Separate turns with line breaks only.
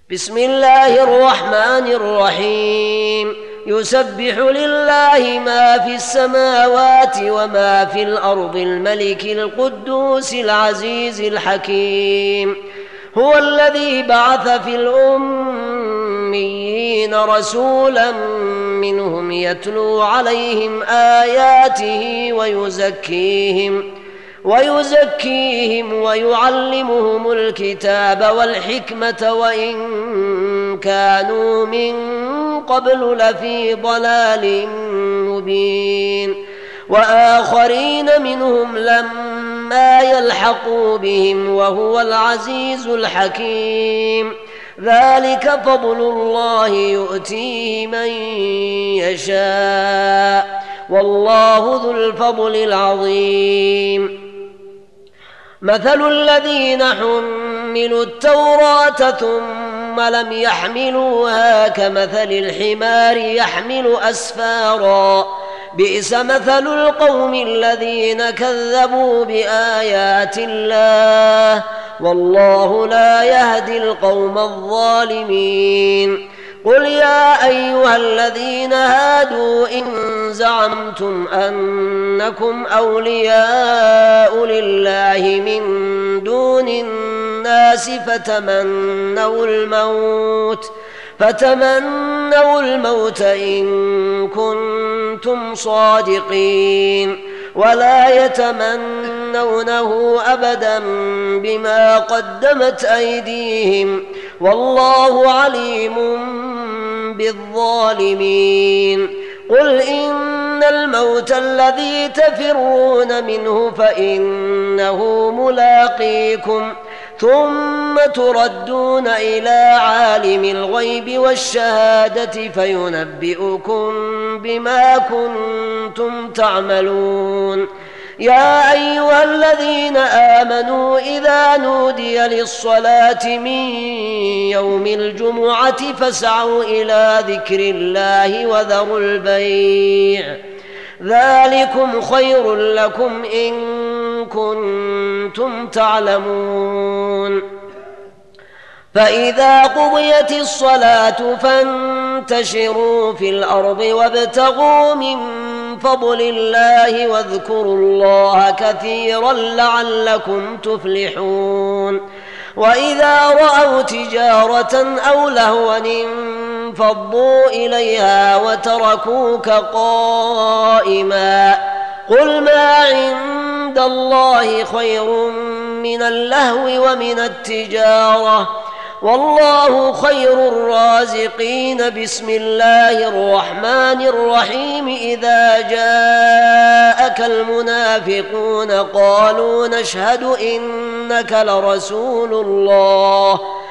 بسم الله الرحمن الرحيم. يسبح لله ما في السماوات وما في الأرض الملك القدوس العزيز الحكيم. هو الذي بعث في الأميين رسولا منهم يتلو عليهم آياته ويزكيهم ويعلمهم الكتاب والحكمة وإن كانوا من قبل لفي ضلال مبين، وآخرين منهم لما يلحقوا بهم وهو العزيز الحكيم. ذلك فضل الله يؤتيه من يشاء والله ذو الفضل العظيم. مثل الذين حملوا التوراة ثم لم يحملوها كمثل الحمار يحمل أسفارا، بئس مثل القوم الذين كذبوا بآيات الله والله لا يهدي القوم الظالمين. قل يا أيها الذين هادوا إن زعمتم أنكم أولياء لله من دون الناس فتمنوا الموت إن كنتم صادقين، ولا يتمنونه أبدا بما قدمت أيديهم والله عليم بالظالمين. قل إن الموت الذي تفرون منه فإنه ملاقيكم ثم تردون إلى عالم الغيب والشهادة فينبئكم بما كنتم تعملون. يا أيها الذين آمنوا إذا نودي للصلاة من يوم الجمعة فاسعوا إلى ذكر الله وذروا البيع، ذلكم خير لكم إن كنتم تعلمون. فإذا قضيت الصلاة فانتشروا في الأرض وابتغوا من فضل الله واذكروا الله كثيرا لعلكم تفلحون. وإذا رأوا تجارة أو لهوا انفضوا إليها وتركوك قائما. قل ما عند الله خير من اللهو ومن التجارة والله خير الرازقين. بسم الله الرحمن الرحيم. إذا جاءك المنافقون قالوا نشهد إنك لرسول الله